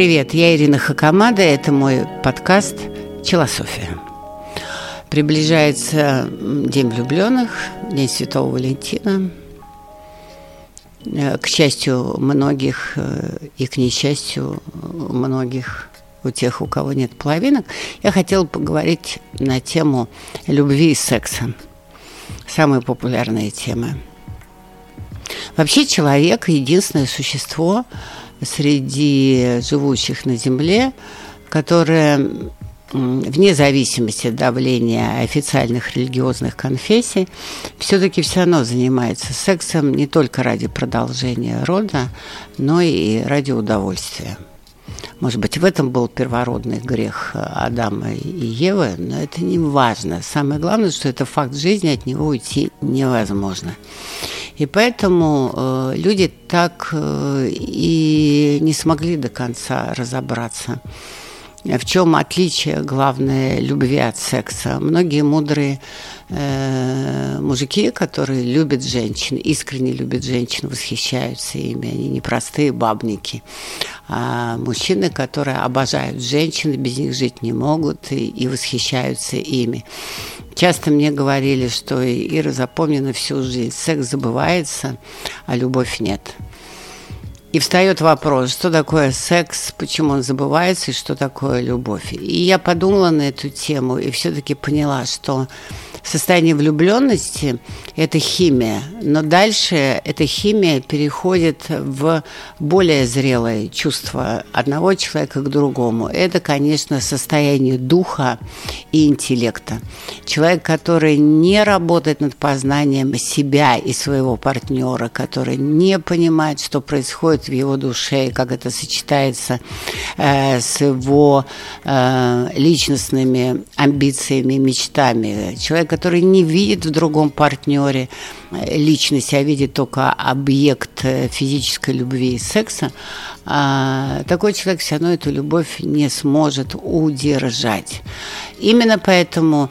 Привет, я Ирина Хакамада, это мой подкаст «Челософия». Приближается День влюбленных, День Святого Валентина. К счастью многих и к несчастью многих, у тех, у кого нет половинок, я хотела поговорить на тему любви и секса. Самые популярные темы. Вообще человек – единственное существо среди живущих на Земле, которое вне зависимости от давления официальных религиозных конфессий все-таки все равно занимается сексом не только ради продолжения рода, но и ради удовольствия. Может быть, в этом был первородный грех Адама и Евы, но это не важно. Самое главное, что это факт жизни, от него уйти невозможно. И поэтому люди так и не смогли до конца разобраться, в чем отличие, главное, любви от секса. Многие мудрые мужики, которые любят женщин, искренне любят женщин, восхищаются ими. Они не простые бабники, а мужчины, которые обожают женщин, без них жить не могут и восхищаются ими. Часто мне говорили, что Ира, запомни на всю жизнь, секс забывается, а любовь нет. И встает вопрос, что такое секс, почему он забывается и что такое любовь. И я подумала на эту тему и все-таки поняла, что состояние влюбленности – это химия, но дальше эта химия переходит в более зрелое чувство одного человека к другому. Это, конечно, состояние духа и интеллекта. Человек, который не работает над познанием себя и своего партнера, который не понимает, что происходит в его душе и как это сочетается с его личностными амбициями и мечтами. Человек, который не видит в другом партнере личность, а видит только объект физической любви и секса, такой человек все равно эту любовь не сможет удержать. Именно поэтому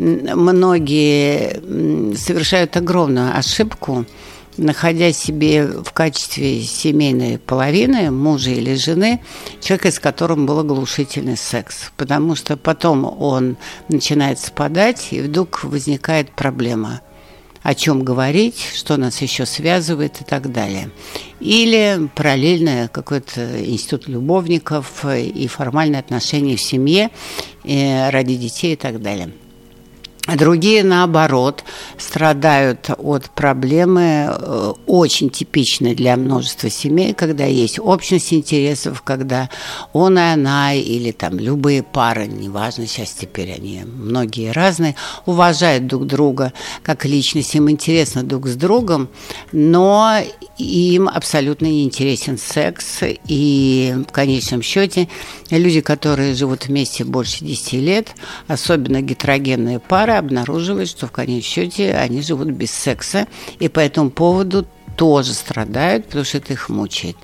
многие совершают огромную ошибку, находя себе в качестве семейной половины, мужа или жены, человека, с которым был оглушительный секс. Потому что потом он начинает спадать, и вдруг возникает проблема. О чем говорить, что нас еще связывает и так далее. Или параллельно какой-то институт любовников и формальные отношения в семье ради детей и так далее. А другие, наоборот, страдают от проблемы, очень типичной для множества семей, когда есть общность интересов, когда он и она, или там любые пары, неважно, сейчас теперь они многие разные, уважают друг друга как личность, им интересно друг с другом, но им абсолютно не интересен секс, и в конечном счете люди, которые живут вместе больше 10 лет, особенно гетерогенные пары, обнаруживают, что в конечном счете они живут без секса, и по этому поводу тоже страдают, потому что это их мучает.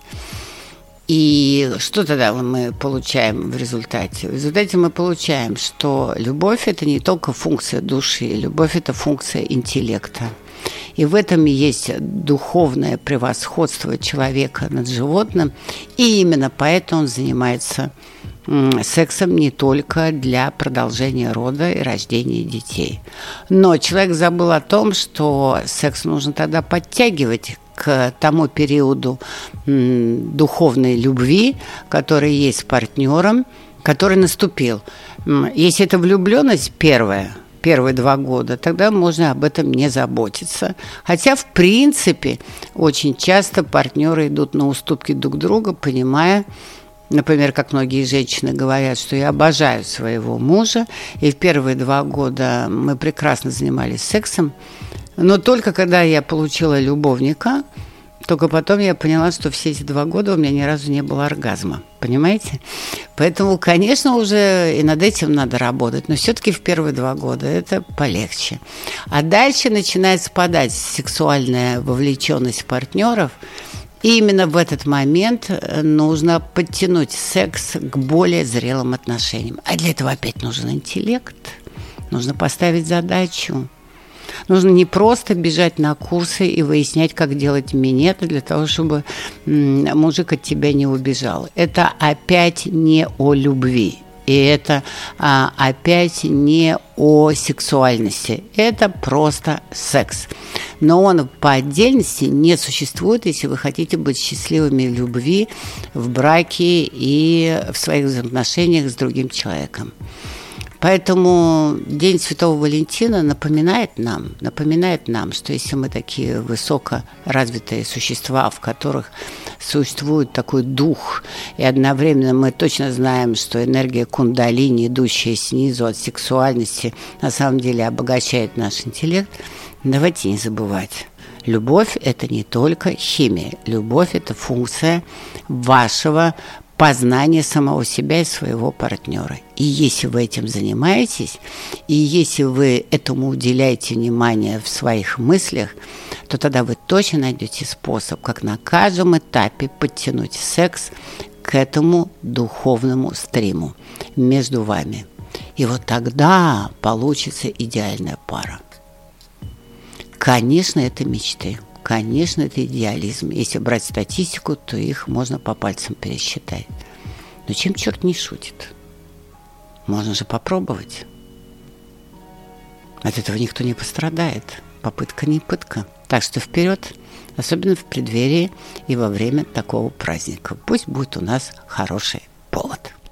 И что тогда мы получаем в результате? В результате мы получаем, что любовь – это не только функция души, любовь – это функция интеллекта. И в этом и есть духовное превосходство человека над животным, и именно поэтому он занимается сексом не только для продолжения рода и рождения детей. Но человек забыл о том, что секс нужно тогда подтягивать к тому периоду духовной любви, который есть с партнером, который наступил. Если это влюбленность первые 2 года, тогда можно об этом не заботиться. Хотя, в принципе, очень часто партнеры идут на уступки друг друга, понимая, например, как многие женщины говорят, что я обожаю своего мужа, и в первые 2 года мы прекрасно занимались сексом, но только когда я получила любовника, только потом я поняла, что все эти 2 года у меня ни разу не было оргазма. Понимаете? Поэтому, конечно, уже и над этим надо работать, но все-таки в первые 2 года это полегче. А дальше начинает спадать сексуальная вовлеченность партнеров. И именно в этот момент нужно подтянуть секс к более зрелым отношениям. А для этого опять нужен интеллект, нужно поставить задачу. Нужно не просто бежать на курсы и выяснять, как делать минеты для того, чтобы мужик от тебя не убежал. Это опять не о любви. И это опять не о сексуальности. Это просто секс. Но он по отдельности не существует, если вы хотите быть счастливыми в любви, в браке и в своих взаимоотношениях с другим человеком. Поэтому День Святого Валентина напоминает нам, что если мы такие высокоразвитые существа, в которых существует такой дух, и одновременно мы точно знаем, что энергия кундалини, идущая снизу от сексуальности, на самом деле обогащает наш интеллект, давайте не забывать. Любовь – это не только химия. Любовь – это функция вашего познание самого себя и своего партнера. И если вы этим занимаетесь, и если вы этому уделяете внимание в своих мыслях, то тогда вы точно найдете способ, как на каждом этапе подтянуть секс к этому духовному стриму между вами. И вот тогда получится идеальная пара. Конечно, это мечты. Конечно, это идеализм. Если брать статистику, то их можно по пальцам пересчитать. Но чем черт не шутит? Можно же попробовать. От этого никто не пострадает. Попытка не пытка. Так что вперед, особенно в преддверии и во время такого праздника. Пусть будет у нас хороший повод.